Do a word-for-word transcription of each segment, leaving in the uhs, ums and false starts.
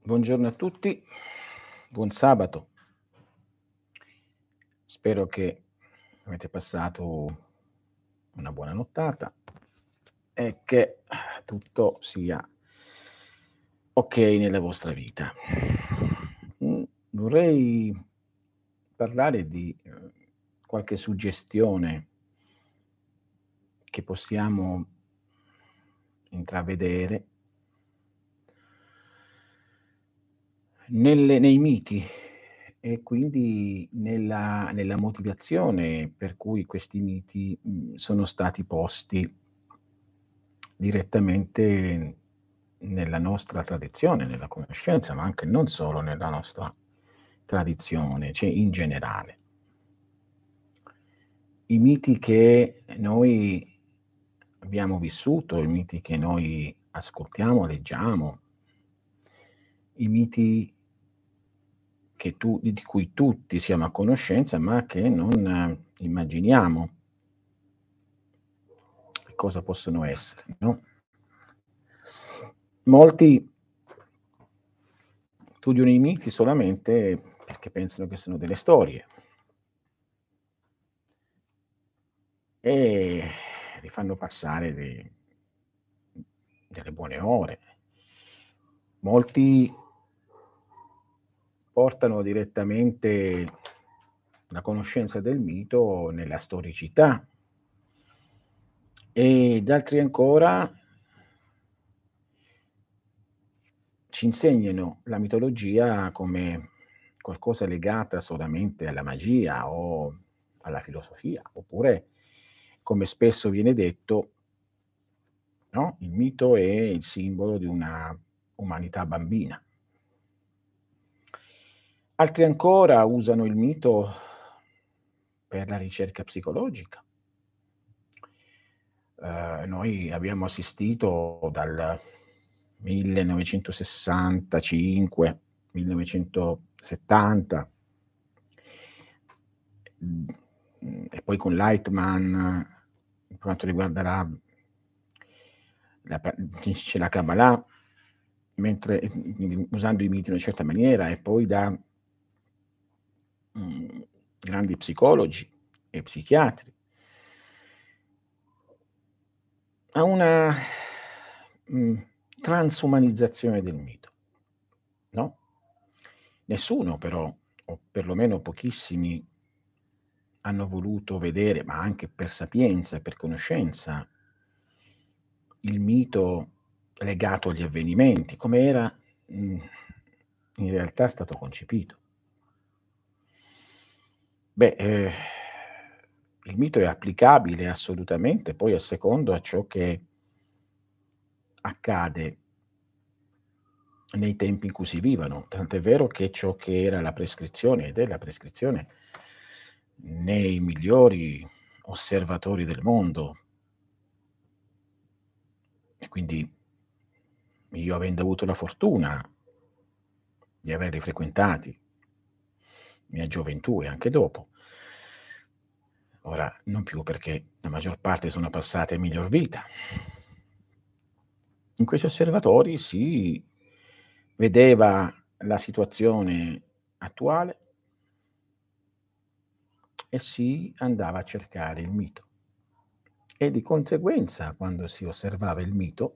Buongiorno a tutti, buon sabato. Spero che avete passato una buona nottata e che tutto sia okay nella vostra vita. Mhmm, vorrei parlare di, uhm, qualche suggestione che possiamo intravedere nelle nei miti e quindi nella nella motivazione per cui questi miti, mhmm, sono stati posti direttamente nella nostra tradizione, nella conoscenza, ma anche non solo nella nostra tradizione, cioè in generale. I miti che noi abbiamo vissuto, i miti che noi ascoltiamo, leggiamo, i miti che tu di di cui tutti siamo a conoscenza, ma che non immaginiamo cosa possono essere, no? Molti studiano i miti solamente perché pensano che sono delle storie. E li fanno passare de mhmm, delle buone ore. Molti portano direttamente la conoscenza del mito nella storicità. Ed altri ancora ci insegnano la mitologia come qualcosa legata solamente alla magia o alla filosofia, oppure, come spesso viene detto no, il mito è il simbolo di una umanità bambina. Altri ancora usano il mito per la ricerca psicologica. Uhm, noi abbiamo assistito dal millenovecentosessantacinque, millenovecentosettanta mhmm, mhmm, e poi con Lightman, per quanto riguarda la la pa c'è la Kabbalah, mentre quindi usando i miti in una certa maniera e poi da mhmm, grandi psicologi e psichiatri a una, mhmm, transumanizzazione del mito, no? Nessuno però, o perlomeno pochissimi hanno voluto vedere, ma anche per sapienza e per conoscenza il mito legato agli avvenimenti, come era, mhmm, in realtà stato concepito. Beh, ehm, il mito è applicabile assolutamente poi a secondo a ciò che accade nei tempi in cui si vivono, tant'è vero che ciò che era la prescrizione ed è la prescrizione nei migliori osservatori del mondo e quindi io avendo avuto la fortuna di averli frequentati mia gioventù e anche dopo ora non più perché la maggior parte sono passate a miglior vita. In questi osservatori si vedeva la situazione attuale e si andava a cercare il mito. E di conseguenza quando si osservava il mito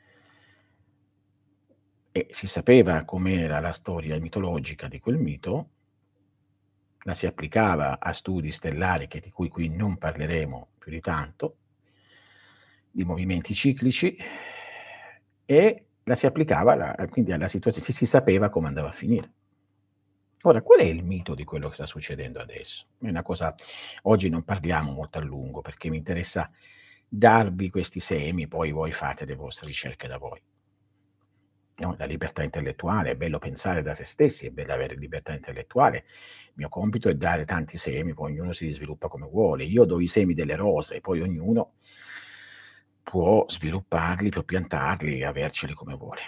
e si sapeva com'era la storia mitologica di quel mito la si applicava a studi stellari che di cui qui non parleremo più di tanto di movimenti ciclici e la si applicava alla quindi alla situazio si si sapeva come andava a finire. Ora qual è il mito di quello che sta succedendo adesso? È una cosa oggi non parliamo molto a lungo perché mi interessa darvi questi semi, poi voi fate le vostre ricerche da voi. No, la libertà intellettuale, è bello pensare da se stessi, è bello avere libertà intellettuale. Il mio compito è dare tanti semi, poi ognuno si sviluppa come vuole. Io do i semi delle rose, poi ognuno può svilupparli, può piantarli e averceli come vuole.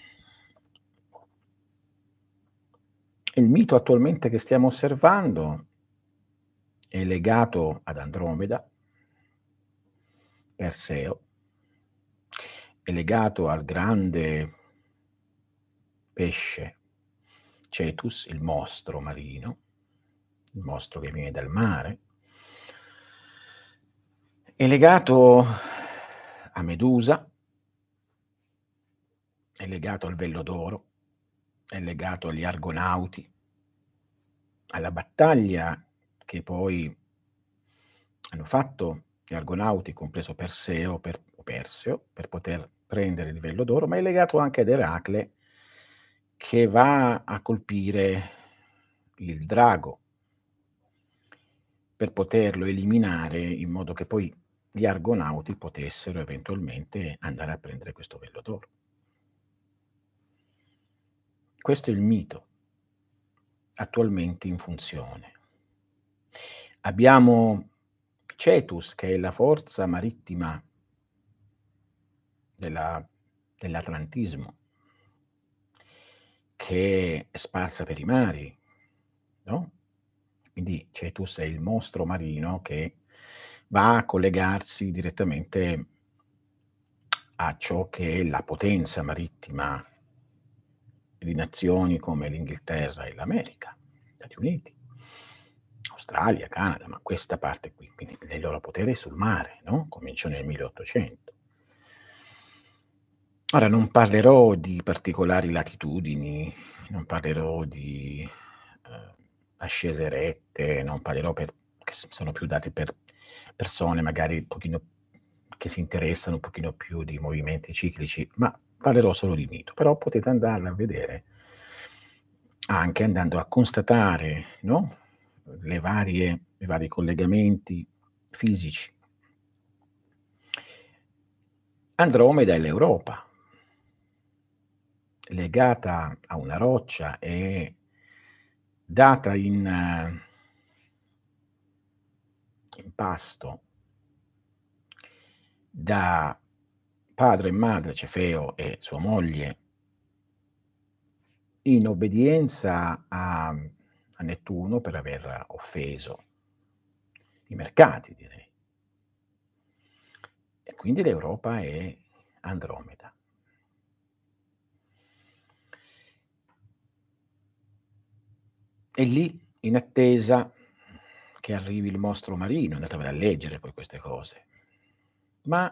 Il mito attualmente che stiamo osservando è legato ad Andromeda Perseo è legato al grande pesce Cetus, il mostro marino, il mostro che viene dal mare, è legato a Medusa, è legato al Vello d'Oro, è legato agli Argonauti, alla battaglia che poi hanno fatto gli Argonauti, compreso Perseo, per, o Perseo, per poter prendere il Vello d'Oro, ma è legato anche ad Eracle, che va a colpire il drago per poterlo eliminare in modo che poi gli Argonauti potessero eventualmente andare a prendere questo Vello d'Oro. Questo è il mito attualmente in funzione. Abbiamo Cetus, che è la forza marittima della, dell'atlantismo, che è sparsa per i mari, no? Quindi Cetus è il mostro marino che va a collegarsi direttamente a ciò che è la potenza marittima di nazioni come l'Inghilterra e l'America, gli Stati Uniti, Australia, Canada, ma questa parte qui, quindi il loro potere è sul mare, no? Cominciò nel milleottocento. Ora non parlerò di particolari latitudini, non parlerò di eh, ascese rette, non parlerò per, che sono più dati per persone magari un pochino che si interessano un pochino più di movimenti ciclici, ma parlerò solo di mito, però potete andarla a vedere anche andando a constatare, no? Le varie, i vari collegamenti fisici. Andromeda è l'Europa, legata a una roccia e data in, in pasto da padre e madre, Cefeo e sua moglie, in obbedienza a, a Nettuno per aver offeso i mercati, direi. E quindi l'Europa è Andromeda. E lì, in attesa che arrivi il mostro marino, andatevela a leggere poi queste cose, ma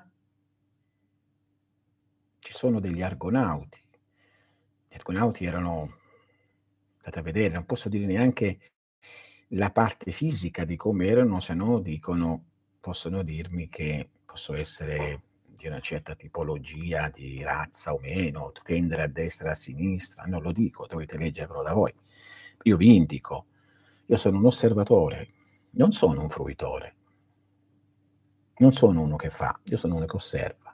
ci sono degli Argonauti. Gli Argonauti erano, andate a vedere, non posso dire neanche la parte fisica di come erano, se no dicono, possono dirmi che posso essere di una certa tipologia di razza o meno, tendere a destra e a sinistra, non lo dico, dovete leggervelo da voi. Io vi indico, io sono un osservatore, non sono un fruitore, non sono uno che fa, io sono uno che osserva.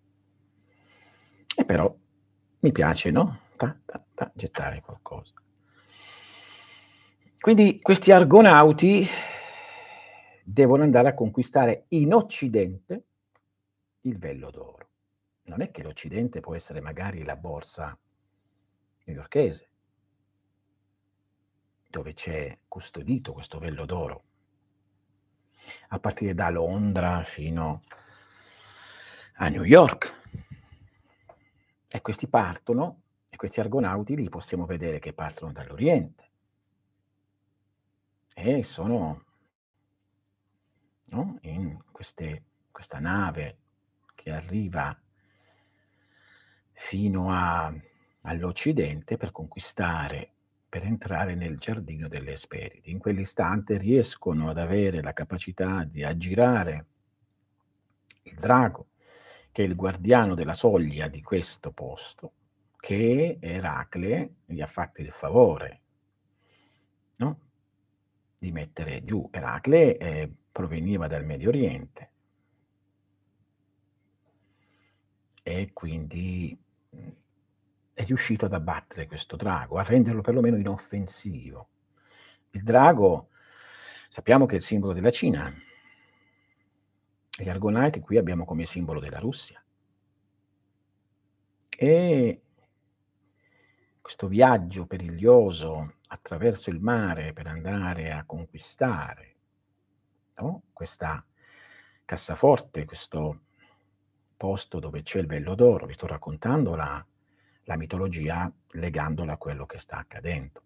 E però mi piace, no? Ta, ta, ta, gettare qualcosa. Quindi questi Argonauti devono andare a conquistare in Occidente il Vello d'Oro. Non è che l'Occidente può essere magari la borsa newyorkese, dove c'è custodito questo Vello d'Oro, a partire da Londra fino a New York. E questi partono, e questi Argonauti li possiamo vedere che partono dall'Oriente. E sono, no, in queste, questa nave che arriva fino a, all'Occidente per conquistare, per entrare nel giardino delle Esperidi. In quell'istante riescono ad avere la capacità di aggirare il drago, che è il guardiano della soglia di questo posto, che Eracle gli ha fatto il favore, no? Di mettere giù. Eracle eh, proveniva dal Medio Oriente e quindi mh, è riuscito ad abbattere questo drago, a renderlo perlomeno inoffensivo. Il drago sappiamo che è il simbolo della Cina. Gli Argonauti qui abbiamo come simbolo della Russia. E questo viaggio periglioso attraverso il mare per andare a conquistare, no? Questa cassaforte, questo posto dove c'è il Vello d'Oro, vi sto raccontando la, la mitologia legandola a quello che sta accadendo.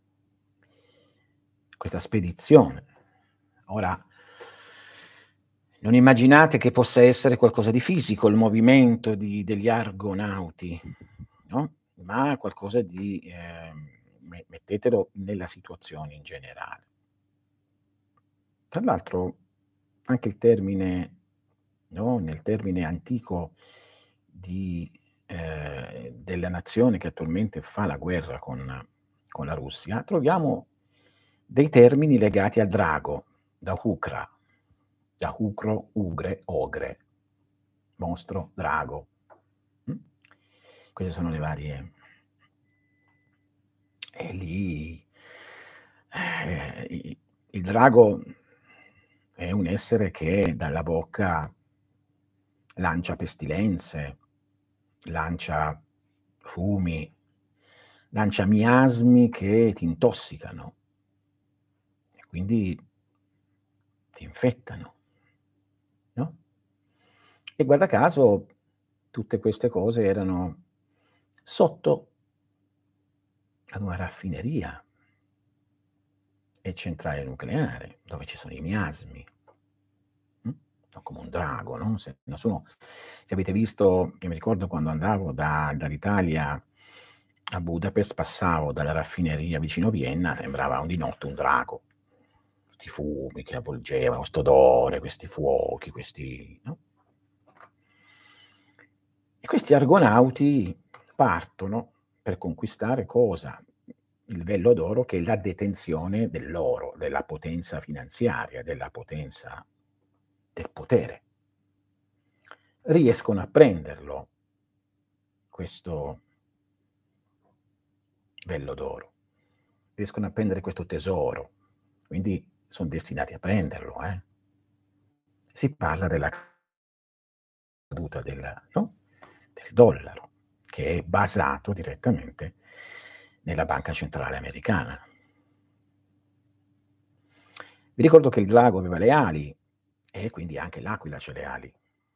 Questa spedizione. Ora, non immaginate che possa essere qualcosa di fisico il movimento di degli argonauti, no, ma qualcosa di ehm, me mettetelo nella situazione in generale. Tra l'altro anche il termine, no, nel termine antico di ehm, della nazione che attualmente fa la guerra con con la Russia, troviamo dei termini legati al drago, da Ukra, da Ukro, Ugre, Ogre, mostro, drago. Mh? Queste sono le varie e lì eh, i il drago è un essere che dalla bocca lancia pestilenze, lancia fumi, lancia miasmi che ti intossicano e quindi ti infettano, no, e guarda caso tutte queste cose erano sotto ad una raffineria e centrale nucleare, dove ci sono i miasmi, mh, no, come un drago, no, se nessuno se avete visto io mi ricordo quando andavo da dall'Italia a Budapest, passavo dalla raffineria vicino Vienna, sembrava un di notte un drago. 'Sti fumi che avvolgevano, 'st'odore, questi fuochi, questi no? E questi argonauti partono per conquistare cosa? Il vello d'oro che è la detenzione dell'oro, della potenza finanziaria, della potenza del potere. Riescono a prenderlo questo vello d'oro, riescono a prendere questo tesoro, quindi son destinati a prenderlo, eh. Si parla della caduta del no, del dollaro, che è basato direttamente nella banca centrale americana. Vi ricordo che il drago aveva le ali e quindi anche l'aquila c'ha le ali.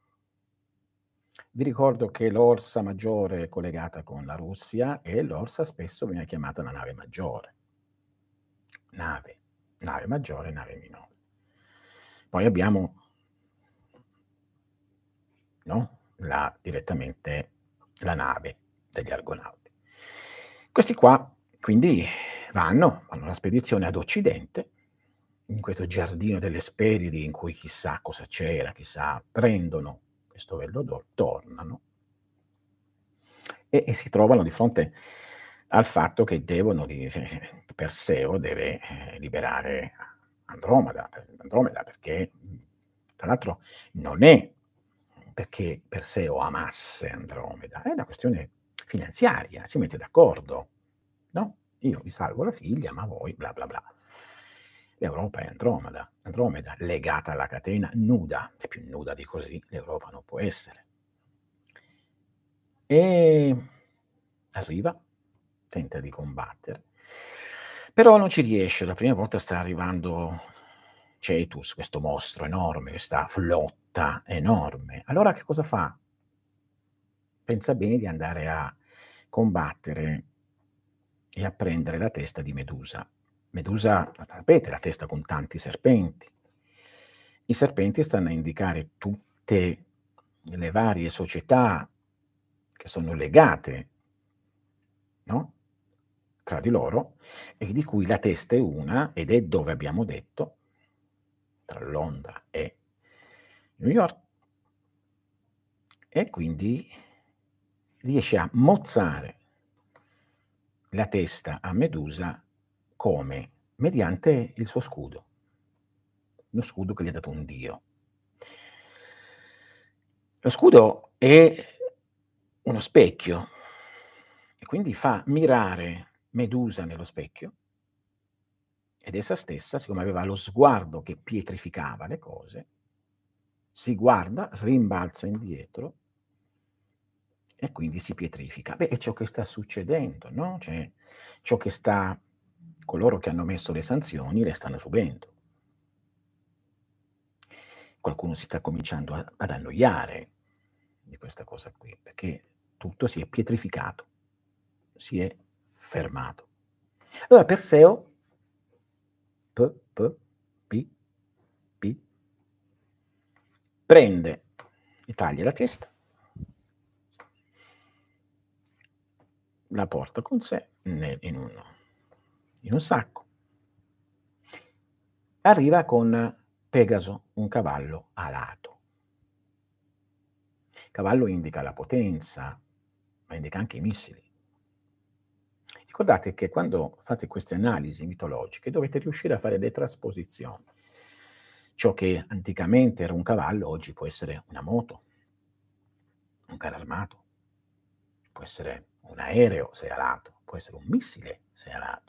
Vi ricordo che l'Orsa Maggiore è collegata con la Russia e l'Orsa spesso viene chiamata la nave maggiore. Nave, nave maggiore, nave minore. Poi abbiamo no, la direttamente la nave degli Argonauti. Questi qua quindi vanno, fanno la spedizione ad occidente, in questo giardino delle Hesperidi in cui chissà cosa c'era, chissà, prendono questo vello d'oro, tornano e e si trovano di fronte al fatto che devono di se se Perseo deve, ehm, liberare Andromeda Andromeda perché, mhmm, tra l'altro non è perché Perseo amasse Andromeda, è una questione finanziaria, si mette d'accordo, no, io vi salvo la figlia, ma voi bla bla bla. L'Europa è Andromeda, Andromeda legata alla catena nuda, e più nuda di così l'Europa non può essere. E arriva, tenta di combattere, però non ci riesce. La prima volta sta arrivando Cetus, questo mostro enorme, questa flotta enorme. Allora che cosa fa? Pensa bene di andare a combattere e a prendere la testa di Medusa. Medusa, sapete, la testa con tanti serpenti. I serpenti stanno a indicare tutte le varie società che sono legate, no, tra di loro e di cui la testa è una ed è dove abbiamo detto, tra Londra e New York, e quindi riesce a mozzare la testa a Medusa come? Mediante il suo scudo. Lo scudo che gli ha dato un dio. Lo scudo è uno specchio e quindi fa mirare Medusa nello specchio ed essa stessa, siccome aveva lo sguardo che pietrificava le cose, si guarda, rimbalza indietro e quindi si pietrifica. Beh, è ciò che sta succedendo, no, cioè ciò che sta coloro che hanno messo le sanzioni le stanno subendo. Qualcuno si sta cominciando a ad annoiare di questa cosa qui, perché tutto si è pietrificato. si è fermato. Allora Perseo, P, P, P, P, prende, gli taglia la testa, la porta con sé ne in un in un sacco. Arriva con Pegaso, un cavallo alato. Cavallo indica la potenza, ma indica anche i missili. Ricordate che quando fate queste analisi mitologiche dovete riuscire a fare le trasposizioni. Ciò che anticamente era un cavallo oggi può essere una moto, un carro armato, può essere un aereo se alato, può essere un missile se alato.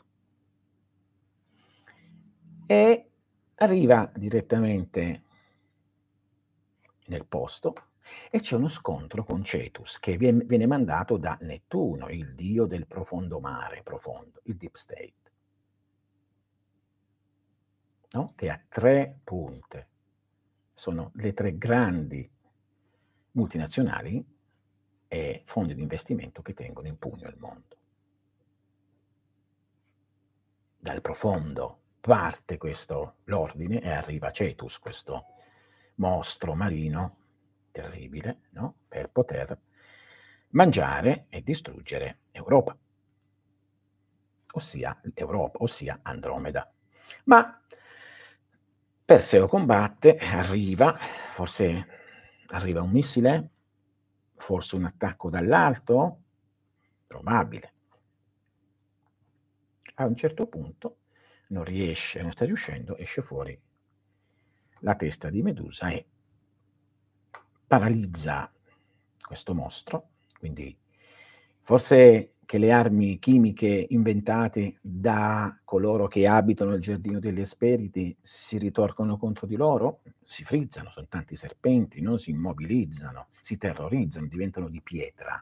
E arriva direttamente nel posto e c'è uno scontro con Cetus che vien viene mandato da Nettuno, il dio del profondo mare, profondo, il deep state. No, che ha tre punte. Sono le tre grandi multinazionali e fondi di investimento che tengono in pugno il mondo. Dal profondo parte questo l'ordine e arriva Cetus, questo mostro marino terribile, no, per poter mangiare e distruggere Europa. Ossia Europa, ossia Andromeda. Ma Perseo combatte, arriva, forse arriva un missile? Forse un attacco dall'alto? Probabile. A un certo punto non riesce, non sta riuscendo, esce fuori la testa di Medusa e paralizza questo mostro, quindi forse che le armi chimiche inventate da coloro che abitano il giardino degli Esperiti si ritorcono contro di loro, si frizzano, sono tanti serpenti, no? Si immobilizzano, si terrorizzano, diventano di pietra.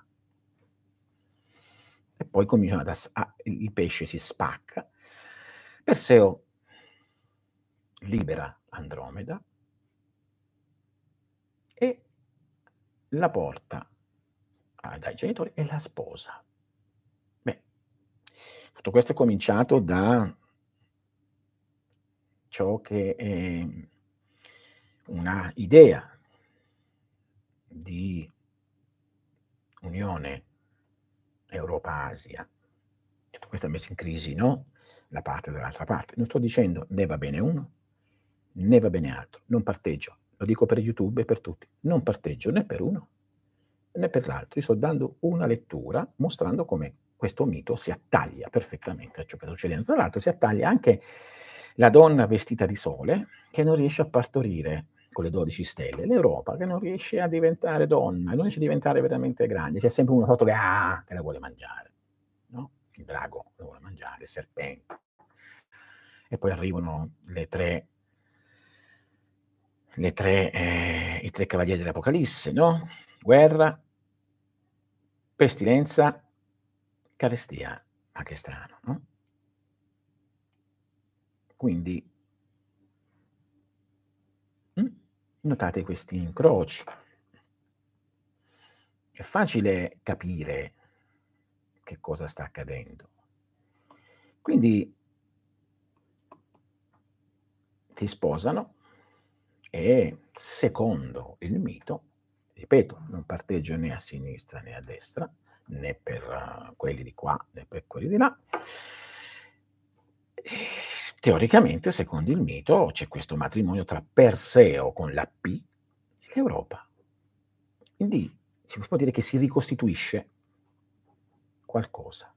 E poi cominciano ad as a il pesce si spacca. Perseo libera Andromeda e la porta a dai genitori e la sposa. Beh, tutto questo è cominciato da ciò che è una idea di unione Europa-Asia. Tutto questo ha messo in crisi, no, la parte dall'altra parte. Non sto dicendo né va bene uno, né va bene altro. Non parteggio, lo dico per YouTube e per tutti, non parteggio né per uno né per l'altro. Io sto dando una lettura mostrando come questo mito si attaglia perfettamente a ciò che sta succedendo. Tra l'altro si attaglia anche la donna vestita di sole che non riesce a partorire con le dodici stelle, l'Europa che non riesce a diventare donna, non riesce a diventare veramente grande, c'è sempre uno sotto che, ah, che la vuole mangiare, no? Il drago la vuole mangiare, il serpente. E poi arrivano le tre, le tre, eh, i tre cavalieri dell'Apocalisse, no? Guerra, pestilenza, carestia. Ma che strano, no? Quindi mh, notate questi incroci. È facile capire che cosa sta accadendo. Quindi si sposano e, secondo il mito, ripeto, non parteggio né a sinistra né a destra, né per uh, quelli di qua né per quelli di là. Teoricamente, secondo il mito, c'è questo matrimonio tra Perseo con la P e l'Europa. Quindi si può dire che si ricostituisce qualcosa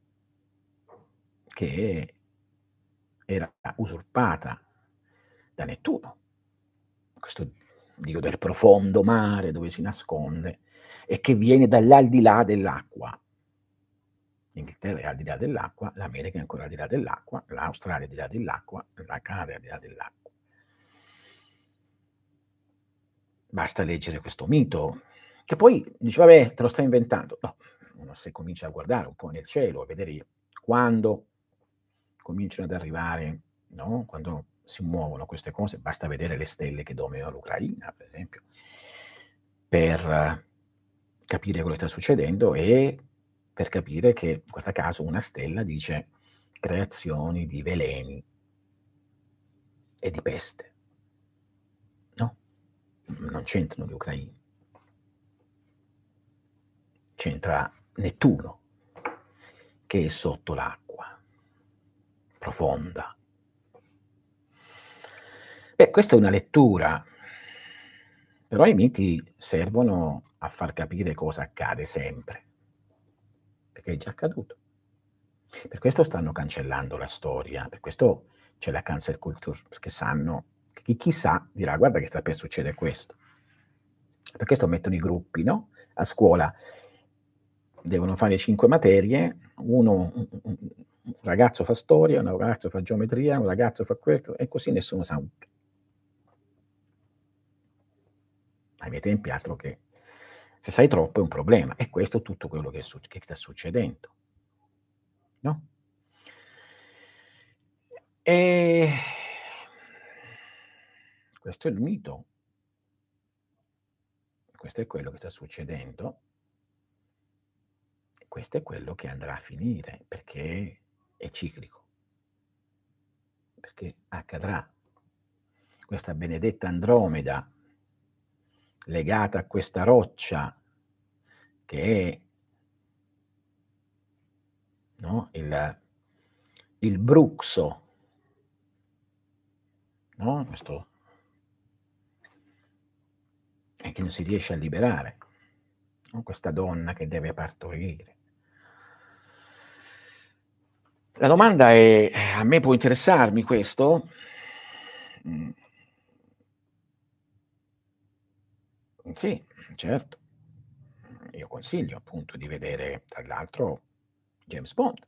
che era usurpata da Nettuno, questo dio del profondo mare dove si nasconde e che viene dall'aldilà dell'acqua. L'Inghilterra è al di là dell'acqua, l'America è ancora al di là dell'acqua, l'Australia è al di là dell'acqua, la Canada è al di là dell'acqua. Basta leggere questo mito, che poi dice, vabbè, te lo stai inventando. No, uno se comincia a guardare un po' nel cielo, a vedere quando cominciano ad arrivare, no? Quando si muovono queste cose, basta vedere le stelle che dominano l'Ucraina, per esempio, per capire cosa sta succedendo e per capire che, guarda caso, una stella dice creazioni di veleni e di peste. No, non c'entrano gli ucraini. C'entra Nettuno, che è sotto l'acqua, profonda. Beh, questa è una lettura, però i miti servono a far capire cosa accade sempre, perché è già accaduto. Per questo stanno cancellando la storia, per questo c'è la cancel culture, perché sanno che chi, chi sa dirà guarda che sta per succedere questo. Per questo mettono i gruppi, no? A scuola devono fare cinque materie, uno, un, un ragazzo fa storia, un ragazzo fa geometria, un ragazzo fa questo, e così nessuno sa un... Ai miei tempi altro che se sai troppo è un problema, e questo è tutto quello che, su- che sta succedendo, no? E questo è il mito, questo è quello che sta succedendo, e questo è quello che andrà a finire, perché è ciclico, perché accadrà. Questa benedetta Andromeda, legata a questa roccia che è, no, il, il bruxo, no? Questo, e che non si riesce a liberare, no? Questa donna che deve partorire. La domanda è, a me può interessarmi questo? Mm. Sì, certo. Io consiglio appunto di vedere, tra l'altro, James Bond.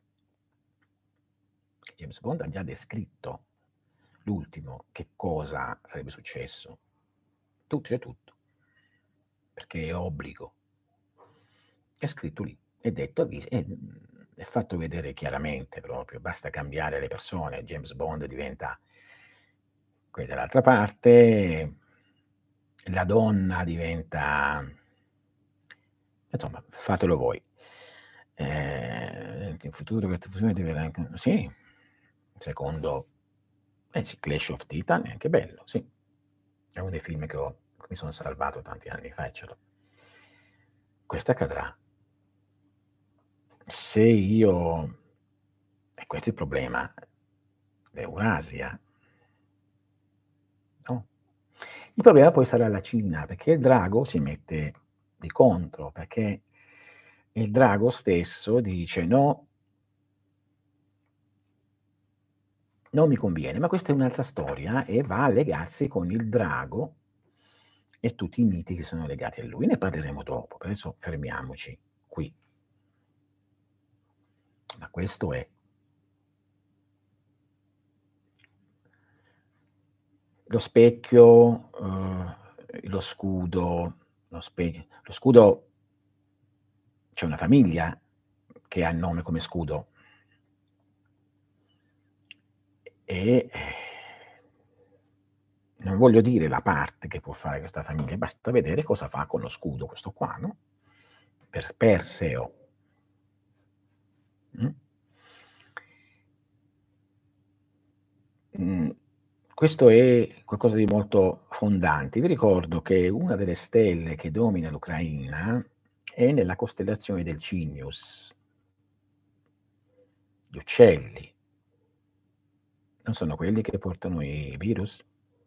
James Bond ha già descritto, l'ultimo, che cosa sarebbe successo. Tutto, c'è tutto, perché è obbligo. È scritto lì, è detto, è, è fatto vedere chiaramente proprio, basta cambiare le persone, James Bond diventa quello dall'altra parte, la donna diventa, insomma, fatelo voi. Eh, in futuro questa fusione diventa anche, sì, secondo, eh sì, Clash of Titan è anche bello, sì, è uno dei film che, ho, che mi sono salvato tanti anni fa, e ce l'ho. Questo accadrà. Se io, e questo è il problema dell'Eurasia, no? Il problema poi sarà la Cina, perché il drago si mette di contro, perché il drago stesso dice no, non mi conviene, ma questa è un'altra storia e va a legarsi con il drago e tutti i miti che sono legati a lui. Ne parleremo dopo, per adesso fermiamoci qui. Ma questo è lo specchio, eh, lo scudo, lo, spe- lo scudo, c'è una famiglia che ha il nome come scudo, e non voglio dire la parte che può fare questa famiglia, basta vedere cosa fa con lo scudo questo qua, no? Per Perseo. Mm? Mm, questo è qualcosa di molto fondante. Vi ricordo che una delle stelle che domina l'Ucraina è nella costellazione del Cygnus. Gli uccelli non sono quelli che portano i virus?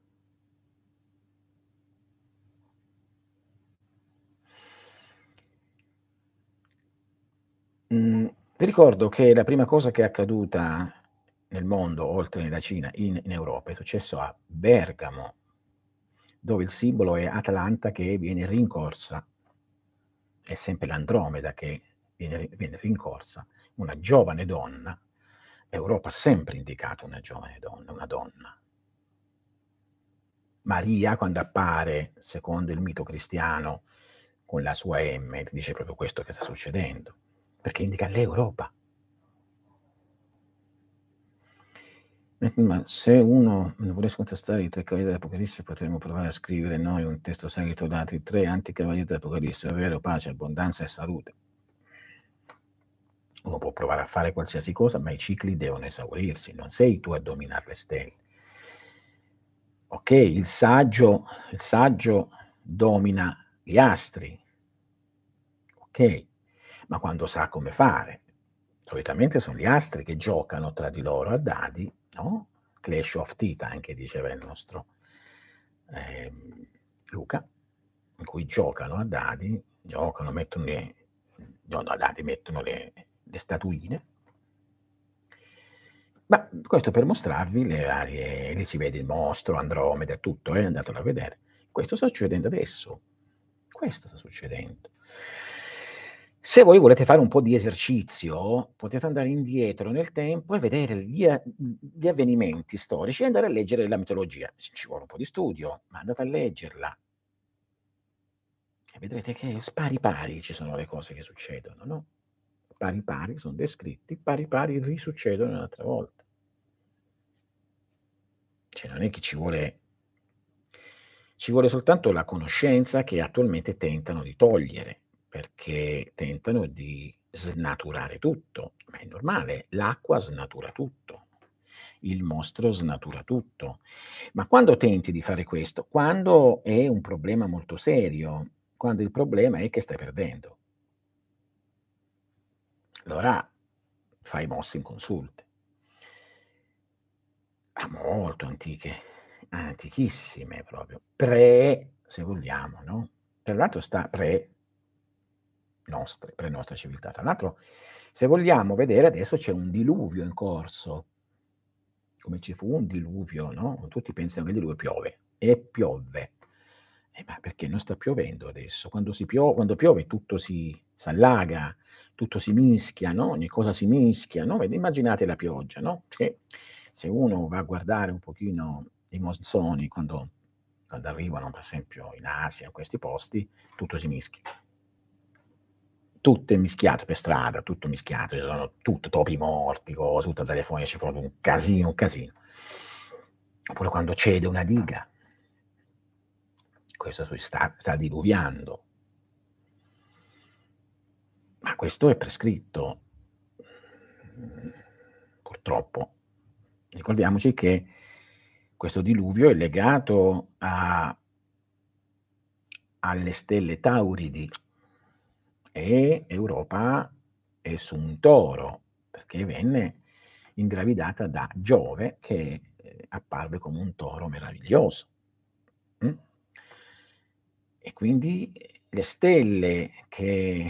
Mm, vi ricordo che la prima cosa che è accaduta nel mondo, oltre alla Cina, in, in Europa, è successo a Bergamo, dove il simbolo è Atalanta che viene rincorsa. È sempre l'Andromeda che viene, viene rincorsa, una giovane donna. Europa ha sempre indicato una giovane donna, una donna. Maria, quando appare, secondo il mito cristiano, con la sua M, ti dice proprio questo che sta succedendo, perché indica l'Europa. Ma se uno non volesse contestare i tre cavalieri dell'Apocalisse, potremmo provare a scrivere noi un testo seguito da altri tre anticavalieri dell'Apocalisse, ovvero pace, abbondanza e salute. Uno può provare a fare qualsiasi cosa, ma i cicli devono esaurirsi, non sei tu a dominar le stelle. Okay, il saggio il saggio domina gli astri, okay, ma quando sa come fare. Solitamente son gli astri che giocano tra di loro a dadi, no, Clash of Titan che diceva il nostro, ehm, Luca, in cui giocano a dadi, giocano, mettono le giocano a dadi, mettono le le statuine. Ma questo per mostrarvi le varie lì si vede il mostro, Andromeda e tutto, eh, andatelo a vedere. Questo sta succedendo adesso. Questo sta succedendo. Se voi volete fare un po' di esercizio, potete andare indietro nel tempo e vedere gli a mhmm, gli avvenimenti storici e andare a leggere la mitologia. C ci vuole un po' di studio, ma andate a leggerla. E vedrete che s pari pari ci sono le cose che succedono, no, pari pari son descritti, pari pari risuccedono un'altra volta. Cioè non è che ci vuole ci vuole soltanto la conoscenza che attualmente tentano di togliere, perché tentano di snaturare tutto, ma è normale, l'acqua snatura tutto, il mostro snatura tutto. Ma quando tenti di fare questo? Quando è un problema molto serio, quando il problema è che stai perdendo. Allora fai mosse inconsulte. Ah, molto antiche, antichissime proprio, pre se vogliamo, no, tra l'altro sta pre nostre, pre-nostra civiltà. Tra l'altro, se vogliamo vedere adesso c'è un diluvio in corso. Come ci fu un diluvio, no, tutti pensano che il diluvio piove, e piovve. Eh, ma perché non sta piovendo adesso? Quando si pio quando piove tutto si s'allaga, tutto si mischia, no, ogni cosa si mischia, no, ed immaginate la pioggia, no, che se uno va a guardare un pochino i monsoni quando quando arrivano, per esempio in Asia, in questi posti, tutto si mischia. Tutto è mischiato per strada, tutto mischiato, ci sono tutto, topi morti, cose, tutte dalle fogne esce fuori un casino, un casino. Oppure quando cede una diga. Questo sui sta sta diluviando. Ma questo è prescritto. Mhmm, purtroppo. Ricordiamoci che questo diluvio è legato a alle stelle Tauridi e Europa è su un toro, perché venne ingravidata da Giove che, ehm, apparve come un toro meraviglioso. Mh? E quindi, ehm, le stelle che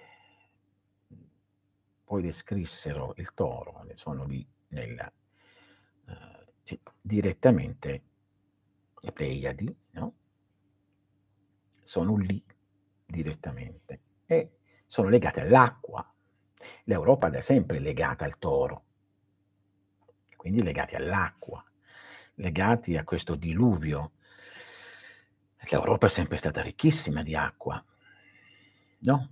poi descrissero il toro, e sono lì nel ehm, sì, direttamente le Pleiadi, no, sono lì direttamente e sono legate all'acqua. L'Europa da sempre è legata al toro, quindi legati all'acqua, legati a questo diluvio. L'Europa è sempre stata ricchissima di acqua, no?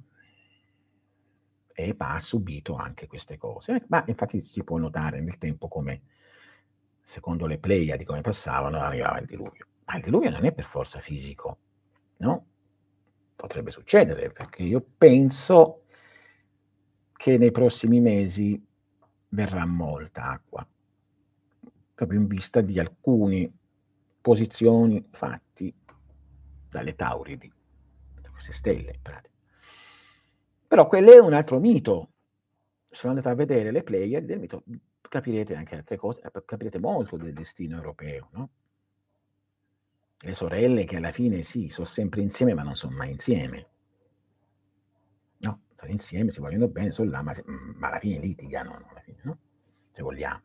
E ma ha subito anche queste cose. Ma infatti si può notare nel tempo come, secondo le Pleiadi, come passavano, arrivava il diluvio. Ma il diluvio non è per forza fisico, no? Potrebbe succedere, perché io penso che nei prossimi mesi verrà molta acqua, proprio in vista di alcuni posizioni fatti dalle Tauridi, da queste stelle in pratica. Però quello è un altro mito. Se andate a vedere le Pleiadi del mito, mhmm, capirete anche altre cose, e p capirete molto del destino europeo, no, le sorelle che alla fine sì, so' sempre insieme, ma non son mai insieme. No, stanno insieme, si vogliono bene, son là, ma se mhmm, ma alla fine litigano, alla fine, no, se vogliamo.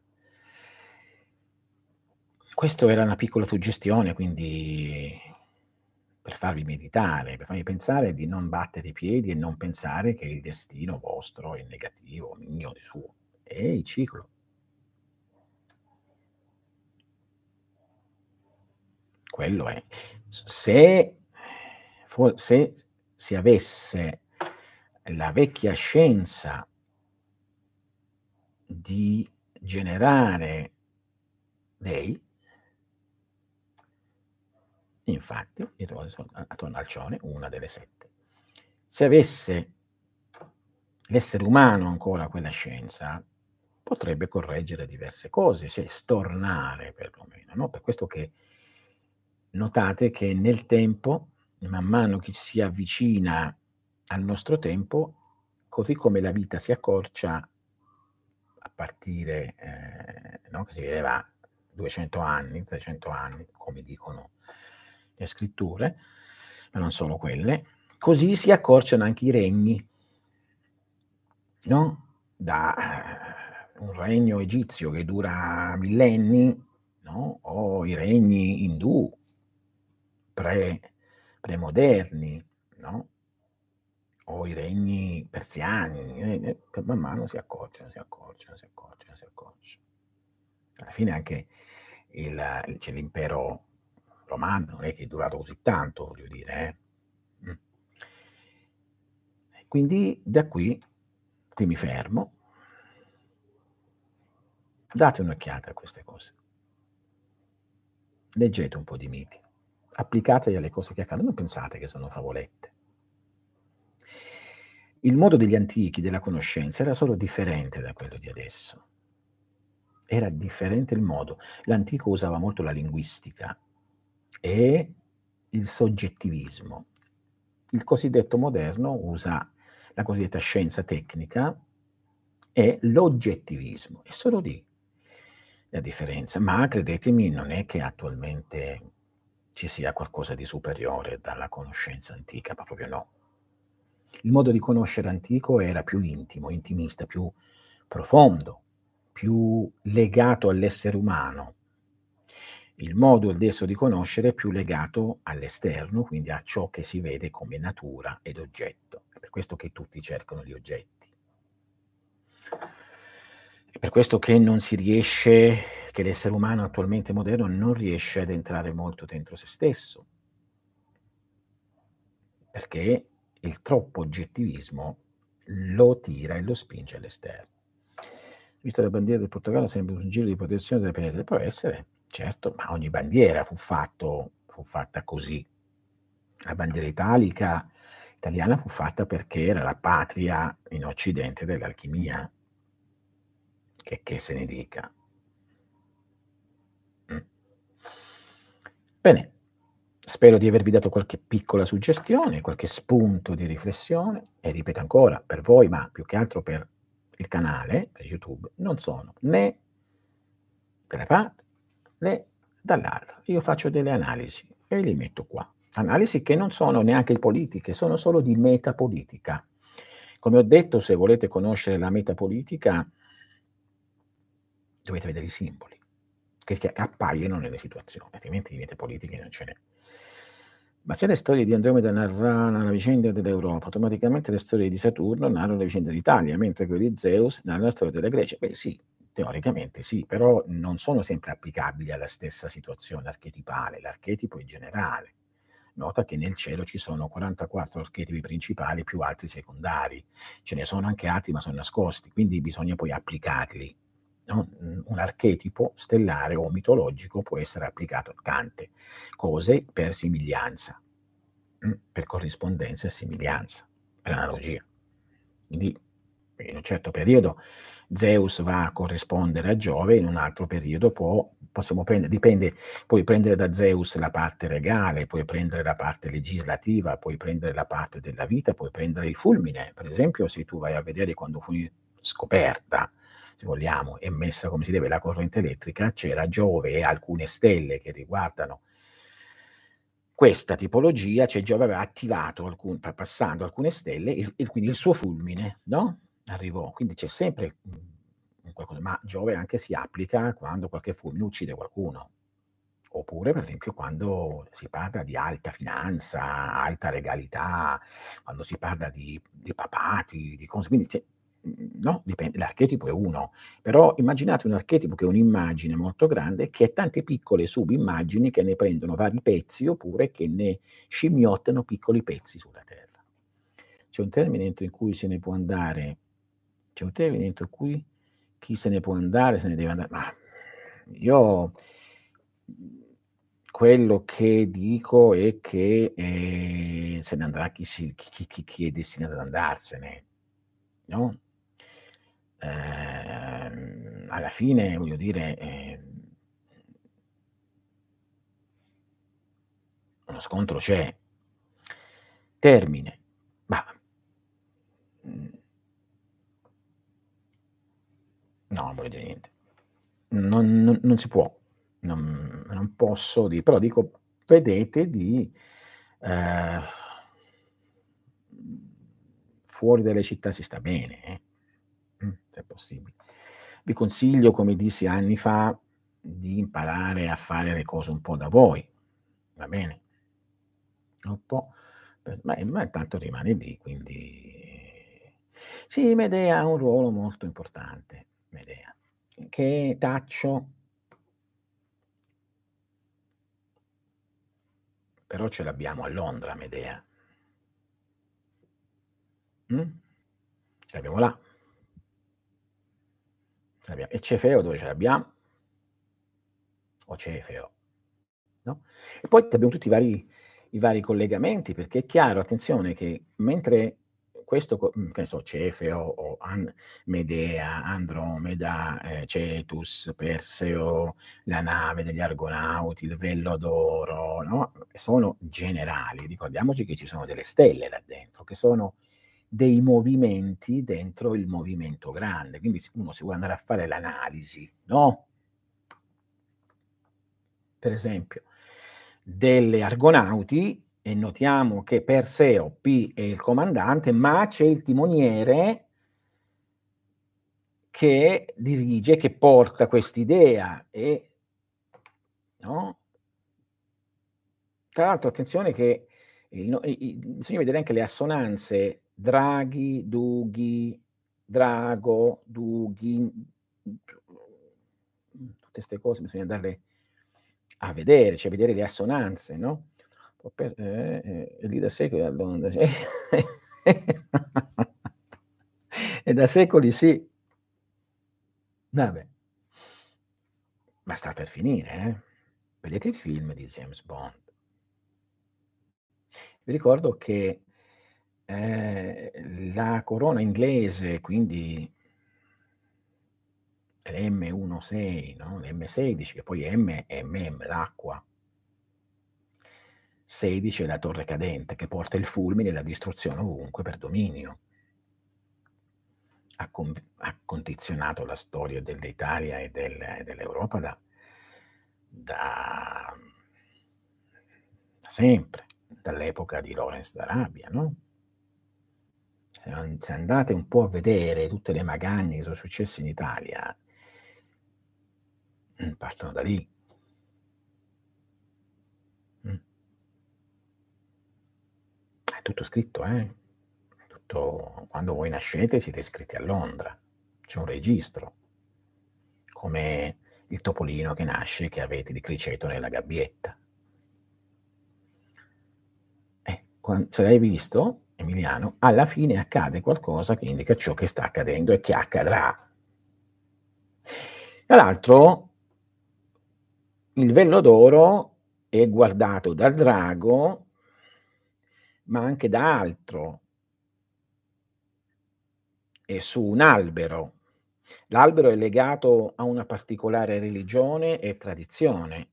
Questo era una piccola suggestione, quindi per farvi meditare, per farvi pensare di non battere i piedi e non pensare che il destino vostro è negativo, mio, di suo. È il ciclo. Quello è. S se fo se si avesse la vecchia scienza di generare dei, infatti, ritorno so a attorno al cione, una delle sette. Se avesse l'essere umano ancora quella scienza potrebbe correggere diverse cose, se stornare perlomeno, no, per questo che notate che nel tempo, man mano che si avvicina al nostro tempo, così come la vita si accorcia a partire, ehm, no, che si viveva duecento anni, trecento anni, come dicono le scritture, ma non solo quelle, così si accorciano anche i regni, no, da, ehm, un regno egizio che dura millenni, no, o i regni indù pre premoderni, no, o i regni persiani, e e che man mano si accorciano, si accorciano, si accorciano, si accorciano. Alla fine anche il c'è l'impero romano, non è che è durato così tanto, voglio dire, eh. Mh. E quindi da qui qui mi fermo. Date un'occhiata a queste cose. Leggete un po' di miti, applicateli alle cose che accadono, non pensate che sono favolette. Il modo degli antichi della conoscenza era solo differente da quello di adesso. Era differente il modo. L'antico usava molto la linguistica e il soggettivismo. Il cosiddetto moderno usa la cosiddetta scienza tecnica e l'oggettivismo. È solo lì la differenza, ma credetemi non è che attualmente ci sia qualcosa di superiore dalla conoscenza antica, ma proprio no. Il modo di conoscere antico era più intimo, intimista, più profondo, più legato all'essere umano. Il modo adesso di conoscere è più legato all'esterno, quindi a ciò che si vede come natura ed oggetto. È per questo che tutti cercano gli oggetti. È per questo che non si riesce che l'essere umano attualmente moderno non riesce ad entrare molto dentro se stesso. Perché il troppo oggettivismo lo tira e lo spinge all'esterno. Visto la bandiera del Portogallo sembra un giro di protezione delle pene, può essere, certo, ma ogni bandiera fu fatto fu fatta così. La bandiera italica italiana fu fatta perché era la patria in Occidente dell'alchimia. Che che se ne dica. Mh. Bene, spero di avervi dato qualche piccola suggestione, qualche spunto di riflessione e ripeto ancora, per voi, ma più che altro per il canale, per YouTube, non sono né da una parte né dall'altra. Io faccio delle analisi e li metto qua. Analisi che non sono neanche politiche, sono solo di metapolitica. Come ho detto, se volete conoscere la metapolitica dovete vedere i simboli che che appaiono nelle situazioni, altrimenti di metapolitiche non ce n'è. Ma se le storie di Andromeda narrano la vicenda dell'Europa, automaticamente le storie di Saturno narrano la vicenda d'Italia, mentre quelle di Zeus narrano la storia della Grecia. Beh sì, teoricamente sì, però non sono sempre applicabili alla stessa situazione archetipale, l'archetipo è generale. Nota che nel cielo ci sono quarantaquattro archetipi principali più altri secondari. Ce ne sono anche altri, ma sono nascosti, quindi bisogna poi applicarli. No? Un archetipo stellare o mitologico può essere applicato a tante cose per somiglianza, mh, per corrispondenza e somiglianza, per analogia. Quindi in un certo periodo Zeus va a corrispondere a Giove, in un altro periodo può possiamo prendere dipende, puoi prendere da Zeus la parte regale, puoi prendere la parte legislativa, puoi prendere la parte della vita, puoi prendere il fulmine. Per esempio, se tu vai a vedere quando fu scoperta, se vogliamo, e messa come si deve la corrente elettrica, c'era Giove e alcune stelle che riguardano questa tipologia, cioè Giove aveva attivato alcun pa passando alcune stelle, il il quindi il suo fulmine, no, arrivò. Quindi c'è sempre, mhmm, un qualcosa, ma Giove anche si applica quando qualche fulmine uccide qualcuno. Oppure per esempio quando si parla di alta finanza, alta regalità, quando si parla di di papati, di cose, quindi c'è mhmm, no, dipende, l'archetipo è uno, però immaginate un archetipo che è un'immagine molto grande, che ha tante piccole subimmagini che ne prendono vari pezzi, oppure che ne scimmiottano piccoli pezzi sulla terra. C'è un termine entro in cui se ne può andare c'è un termine entro cui chi se ne può andare se ne deve andare, ma io, mhmm, quello che dico è che, ehm, se ne andrà chi si chi chi chi chi è destinato ad andarsene. no, ehm, alla fine voglio dire, ehm uno scontro c'è. Termine, mah, mhmm no, non voglio dire niente. Non non non si può, non non posso di però dico vedete di, ehm mhmm, fuori dalle città si sta bene, eh, mh, se è possibile. Vi consiglio, come dissi anni fa, di imparare a fare le cose un po' da voi, va bene? Un po' per ma ma intanto rimane lì, quindi sì, Medea ha un ruolo molto importante, Medea. Che taccio però ce l'abbiamo a Londra Medea. Mh? Ce l'abbiamo là. Ce l'abbia e Cefeo dove ce l'abbiam? O Cefeo, no? E poi abbiamo tutti i vari i vari collegamenti, perché è chiaro, attenzione, che mentre questo co mhmm, che ne so, Cefeo o An Medea, Andromeda, ehm, Cetus, Perseo, la nave degli Argonauti, il vello d'oro, no, sono generali. Ricordiamoci che ci sono delle stelle là dentro, che sono dei movimenti dentro il movimento grande. Quindi s uno se vuole andare a fare l'analisi, no per esempio, delle Argonauti e notiamo che Perseo, P è il comandante, ma c'è il timoniere che dirige, che porta quest'idea e no? Tra l'altro attenzione che il no i i bisogna vedere anche le assonanze draghi, dughi, drago, dughi, mhmm, tutte 'ste cose bisogna andarle a vedere, cioè vedere le assonanze, no, ho per eh, eh, e lì da secoli a Londra, sì. E da secoli sì. Vabbè. Ma sta per finire, eh. Vedete il film di James Bond. Vi ricordo che, ehm, la corona inglese, quindi l'M sedici, no, l'M sedici, che poi M è mem, l'acqua. sedici è la torre cadente che porta il fulmine e la distruzione ovunque per dominio. Ha con ha condizionato la storia dell'Italia e del dell'Europa da da da sempre, dall'epoca di Lawrence d'Arabia, no? Se an se andate un po' a vedere tutte le magagne che sono successe in Italia mh, partono da lì. Mh. È tutto scritto, eh. Tutto quando voi nascete siete iscritti a Londra. C'è un registro. Come il topolino che nasce che avete di criceto nella gabbietta. Eh, quan se l'hai visto, Emiliano, alla fine accade qualcosa che indica ciò che sta accadendo e che accadrà. Tra l'altro il vello d'oro è guardato dal drago ma anche da altro. È su un albero. L'albero è legato a una particolare religione e tradizione.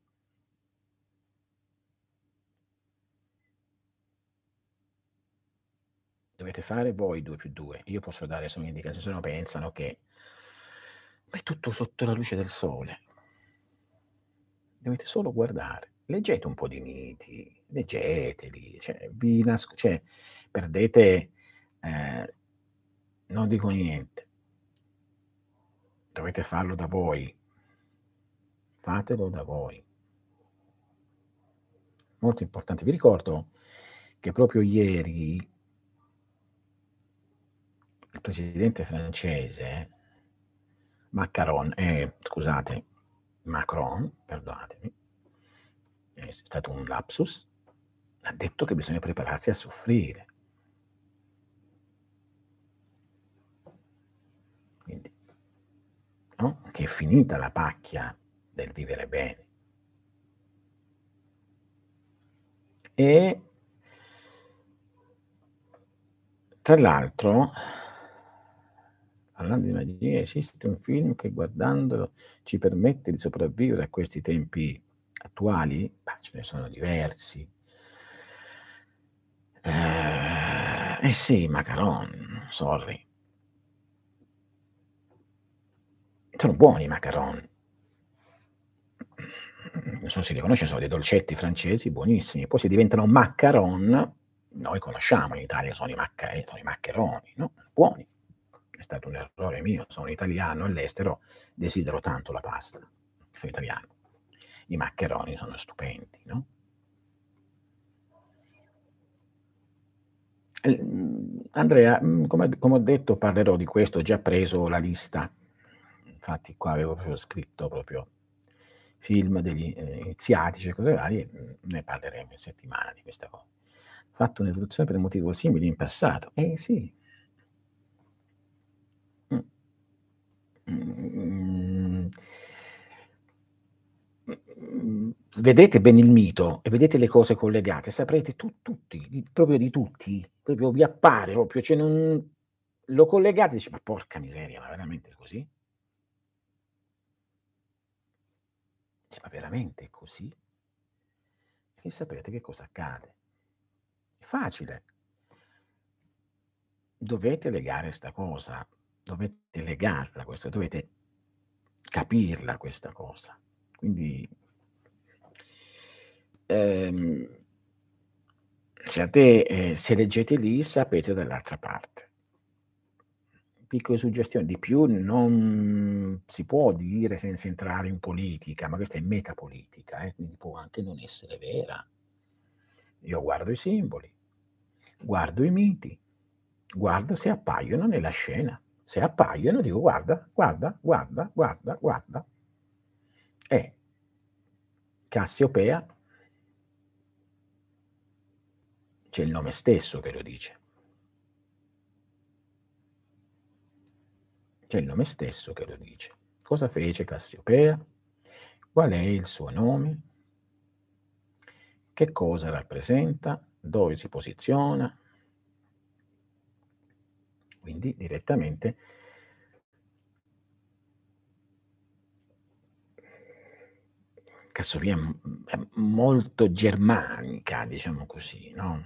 Dovete fare voi due più due. Io posso dare solo un'indicazione, se no pensano che ma è tutto sotto la luce del sole. Dovete solo guardare. Leggete un po' di miti, leggeteli, cioè vi nasc cioè perdete ehm, non dico niente. Dovete farlo da voi. Fatelo da voi. Molto importante. Vi ricordo che proprio ieri il presidente francese Maccaron ehm, scusate, Macron, perdonatemi, è s stato un lapsus, ha detto che bisogna prepararsi a soffrire. Quindi no, che è finita la pacchia del vivere bene. E tra l'altro parlando di magia, esiste un film che guardandolo ci permette di sopravvivere a questi tempi attuali? Bah, ce ne sono diversi. Ehm, eh sì, Macaron, sorry. Sono buoni i macaron. Non so se li conosci, sono dei dolcetti francesi buonissimi, poi se diventano maccaron, noi conosciamo in Italia sono i macca ehm, sono i maccheroni, no, buoni. È stato un errore mio, sono italiano, all'estero desidero tanto la pasta. Sono italiano. I maccheroni sono stupendi, no? Ehm, Andrea, mhmm, come come ho detto parlerò di questo, ho già preso la lista. Infatti qua avevo proprio scritto proprio film degli, ehm, iniziatici e cose varie, mhmm, ne parleremo in settimana di questa co fatto un'evoluzione per un motivo simile in passato. Eh sì. Mh. Mhmm, mhmm, vedete bene il mito e vedete le cose collegate, saprete tu tutti, di proprio di tutti, proprio vi appare proprio, cioè non lo collegate e dici: "Ma porca miseria, ma veramente è così?" Dici: "Ma veramente è così?" E sapete che cosa accade. È facile. Dovete legare 'sta cosa, dovete legarla questa dovete capirla questa cosa. Quindi ehm, se a te ehm, se leggete lì sapete dall'altra parte. Piccole suggestioni, di più non si può dire senza entrare in politica, ma questa è metapolitica, eh, quindi può anche non essere vera. Io guardo i simboli, guardo i miti, guardo se appaiono nella scena. Se appaiono dico: "Guarda, guarda, guarda, guarda, guarda". Eh, Cassiopea c'è il nome stesso che lo dice. C'è il nome stesso che lo dice. Cosa fece Cassiopea? Qual è il suo nome? Che cosa rappresenta? Dove si posiziona? Quindi direttamente Cassovia è m è molto germanica, diciamo così, no?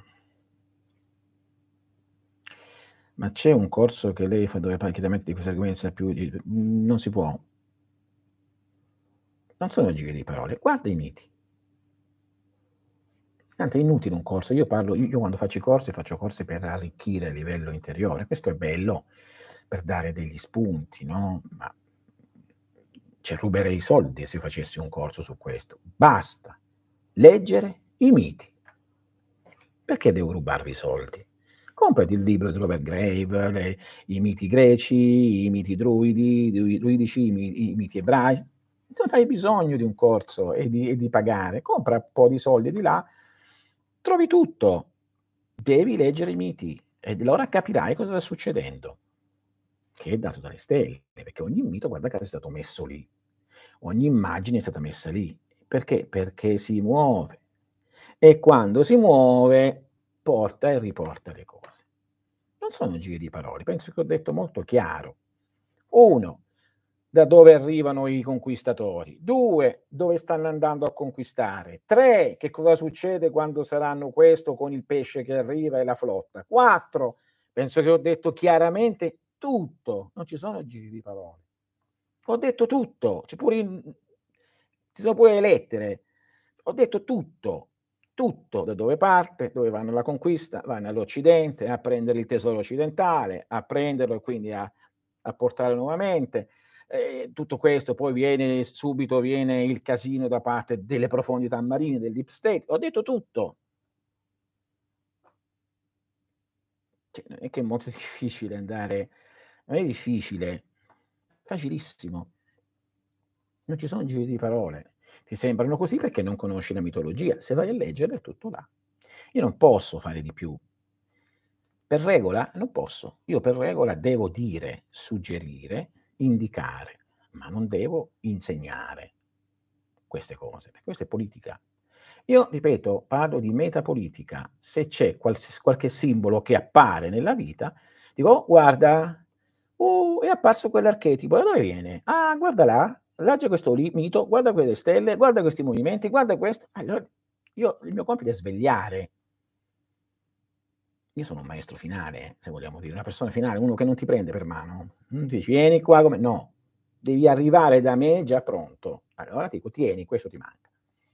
Ma c'è un corso che lei fa dove parla chiaramente di questi argomenti sa più di mhmm, non si può. Non sono giri di parole, guarda i miti. Tanto è inutile un corso, io parlo io io quando faccio i corsi, faccio corsi per arricchire a livello interiore. Questo è bello per dare degli spunti, no, ma cioè ruberei i soldi se io facessi un corso su questo. Basta leggere i miti. Perché devo rubarvi i soldi? Comprati il libro di Robert Graves, le i miti greci, i miti druidi, drui druidici, i mi i miti ebrei. Non hai bisogno di un corso e di e di pagare. Compra un po' di soldi di là, trovi tutto. Devi leggere i miti e allora capirai cosa sta succedendo, che è dato dalle stelle, perché ogni mito guarda caso è stato messo lì. Ogni immagine è stata messa lì. Perché? Perché si muove e quando si muove porta e riporta le cose. Non sono giri di parole, penso che ho detto molto chiaro. uno Da dove arrivano i conquistatori. due Dove stanno andando a conquistare. tre Che cosa succede quando saranno questo con il pesce che arriva e la flotta. quattro Penso che ho detto chiaramente tutto, non ci sono giri di parole. Ho detto tutto, c'è pure in ci sono pure le lettere. Ho detto tutto, tutto, da dove parte, dove vanno alla conquista, vanno all'Occidente a prendere il tesoro occidentale, a prenderlo e quindi a a portarlo nuovamente. Ehm, tutto questo poi viene subito viene il casino da parte delle profondità marine, del deep state. Ho detto tutto. Cioè, non è che è molto difficile andare non è difficile, facilissimo. Non ci sono giri di parole. Ti sembrano così perché non conosci la mitologia. Se vai a leggere è tutto là. Io non posso fare di più. Per regola non posso. Io per regola devo dire, suggerire, indicare, ma non devo insegnare queste cose, perché questa è politica. Io ripeto, parlo di metapolitica. Se c'è quals qualche simbolo che appare nella vita, dico: "Oh guarda, Oh, è apparso quell'archetipo, da dove viene? Ah, guarda là, là c'è questo li mito, guarda quelle stelle, guarda questi movimenti, guarda questo. Allora io il mio compito è svegliare. Io sono un maestro finale, se vogliamo dire, una persona finale, uno che non ti prende per mano, non ti dici: "Vieni qua come" no, devi arrivare da me già pronto. Allora ti dico: "Tieni, questo ti manca".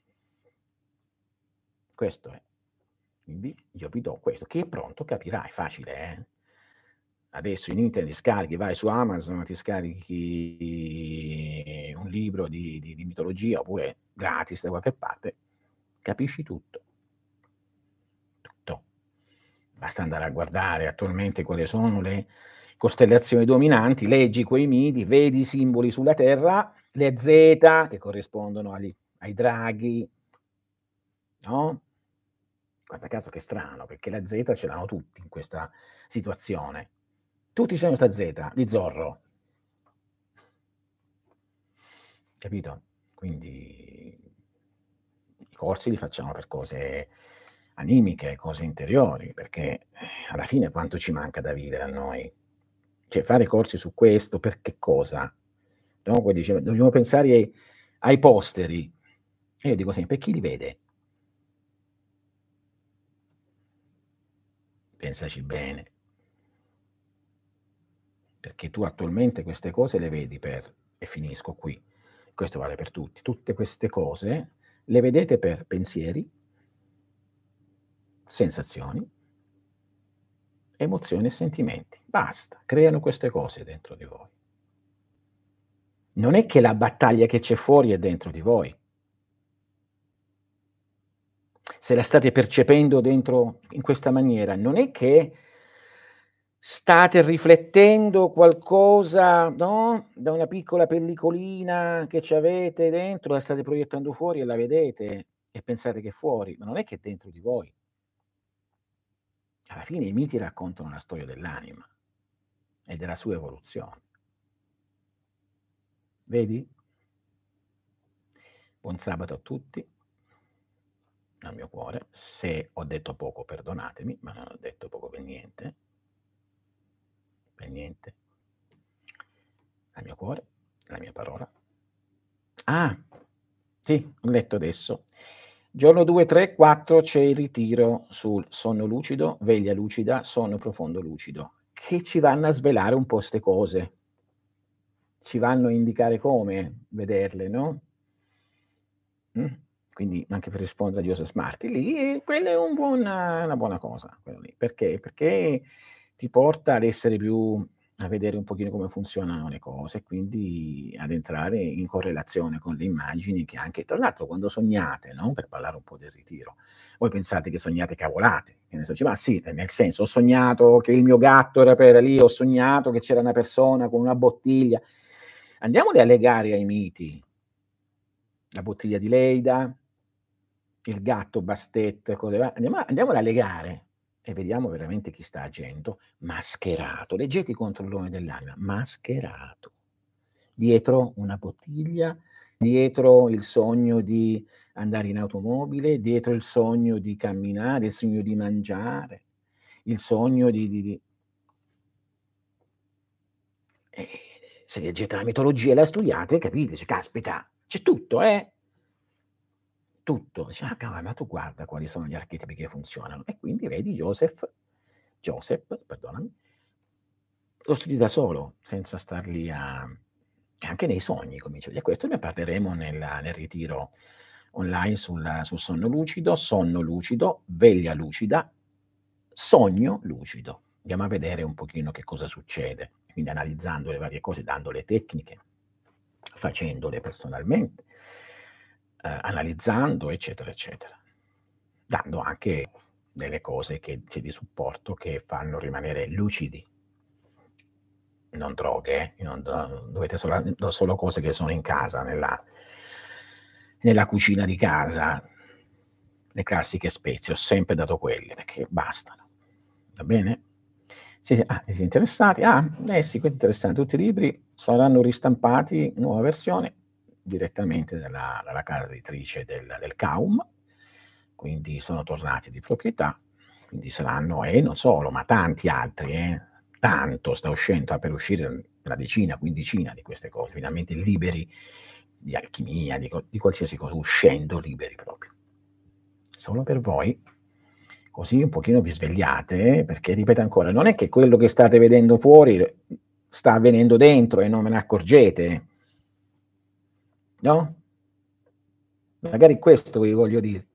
Questo è. Quindi io vi do questo, che è pronto capirai, facile, eh. Adesso in internet ti scarichi, vai su Amazon, ti scarichi un libro di di di mitologia, oppure gratis da qualche parte, capisci tutto. Tutto. Basta andare a guardare attualmente quali sono le costellazioni dominanti, leggi quei miti, vedi i simboli sulla Terra, le zeta che corrispondono agli ai draghi, no, guarda caso che strano, perché la zeta ce l'hanno tutti in questa situazione. Tutti c'hanno 'sta zeta di Zorro, capito? Quindi i corsi li facciamo per cose animiche, cose interiori, perché, eh, alla fine quanto ci manca da vivere a noi? Cioè fare corsi su questo per che cosa? No, poi dice: "Dobbiamo pensare ai ai posteri." E io dico sempre: "E chi li vede?" Pensaci bene, perché tu attualmente queste cose le vedi per e finisco qui, questo vale per tutti, tutte queste cose le vedete per pensieri, sensazioni, emozioni e sentimenti. Basta, creano queste cose dentro di voi. Non è che la battaglia che c'è fuori è dentro di voi. Se la state percependo dentro in questa maniera, non è che state riflettendo qualcosa, no, da una piccola pellicolina che c'avete dentro, la state proiettando fuori e la vedete e pensate che è fuori, ma non è che è dentro di voi. Alla fine i miti raccontano la storia dell'anima e della sua evoluzione. Vedi? Buon sabato a tutti, dal mio cuore. Se ho detto poco perdonatemi, ma non ho detto poco per niente, per niente. Dal mio cuore, la mia parola. Ah, sì, ho letto adesso. Giorno due, tre, quattro c'è il ritiro sul sonno lucido, veglia lucida, sonno profondo lucido, che ci vanno a svelare un po' 'ste cose. Ci vanno a indicare come vederle, no, mh, quindi anche per rispondere a Joseph Marti, lì quello è un buon una buona cosa, quello lì. Perché? Perché ti porta ad essere più a vedere un pochino come funzionano le cose e quindi ad entrare in correlazione con le immagini che anche tra l'altro quando sognate, no, per parlare un po' del ritiro, voi pensate che sognate cavolate, che ne so, dici: "Ma sì, nel senso ho sognato che il mio gatto era per lì, ho sognato che c'era una persona con una bottiglia." Andiamoli a legare ai miti. La bottiglia di Leida, il gatto Bastet, cose va andiamo a andiamole a legare e vediamo veramente chi sta agendo mascherato. Leggete I controllori dell'anima, mascherato. Dietro una bottiglia, dietro il sogno di andare in automobile, dietro il sogno di camminare, il sogno di mangiare, il sogno di di di eh, se leggete la mitologia e la studiate capite, dici: "Caspita, c'è tutto, eh." Tutto. Dici: "Ah cavolo, ma tu guarda quali sono gli archetipi che funzionano." E quindi vedi Joseph Joseph, perdonami, lo studi da solo, senza star lì a e anche nei sogni cominci a vedere questo ne parleremo nella nel ritiro online sul sul sonno lucido, sonno lucido, veglia lucida, sogno lucido. Andiamo a vedere un pochino che cosa succede, quindi analizzando le varie cose, dando le tecniche, facendole personalmente, ehm, analizzando, eccetera, eccetera. Dando anche delle cose che c'è di supporto che fanno rimanere lucidi. Non droghe, eh, non do dovete sola do solo cose che sono in casa, nella nella cucina di casa, le classiche spezie, ho sempre dato quelle, perché bastano. Va bene? Sì, sì, ah, siete interessati? Ah, eh sì, questo è interessante. Tutti i libri saranno ristampati, nuova versione, direttamente dalla dalla casa editrice del del Caum, quindi sono tornati di proprietà, quindi saranno e non solo, ma tanti altri, eh. tanto sta uscendo, sta per uscire una decina, quindicina di queste cose, finalmente liberi di alchimia, di co di qualsiasi cosa, uscendo liberi proprio. Solo per voi, così un pochino vi svegliate, perché ripeto ancora, non è che quello che state vedendo fuori sta avvenendo dentro e non ve ne accorgete. No? Magari questo vi voglio dire.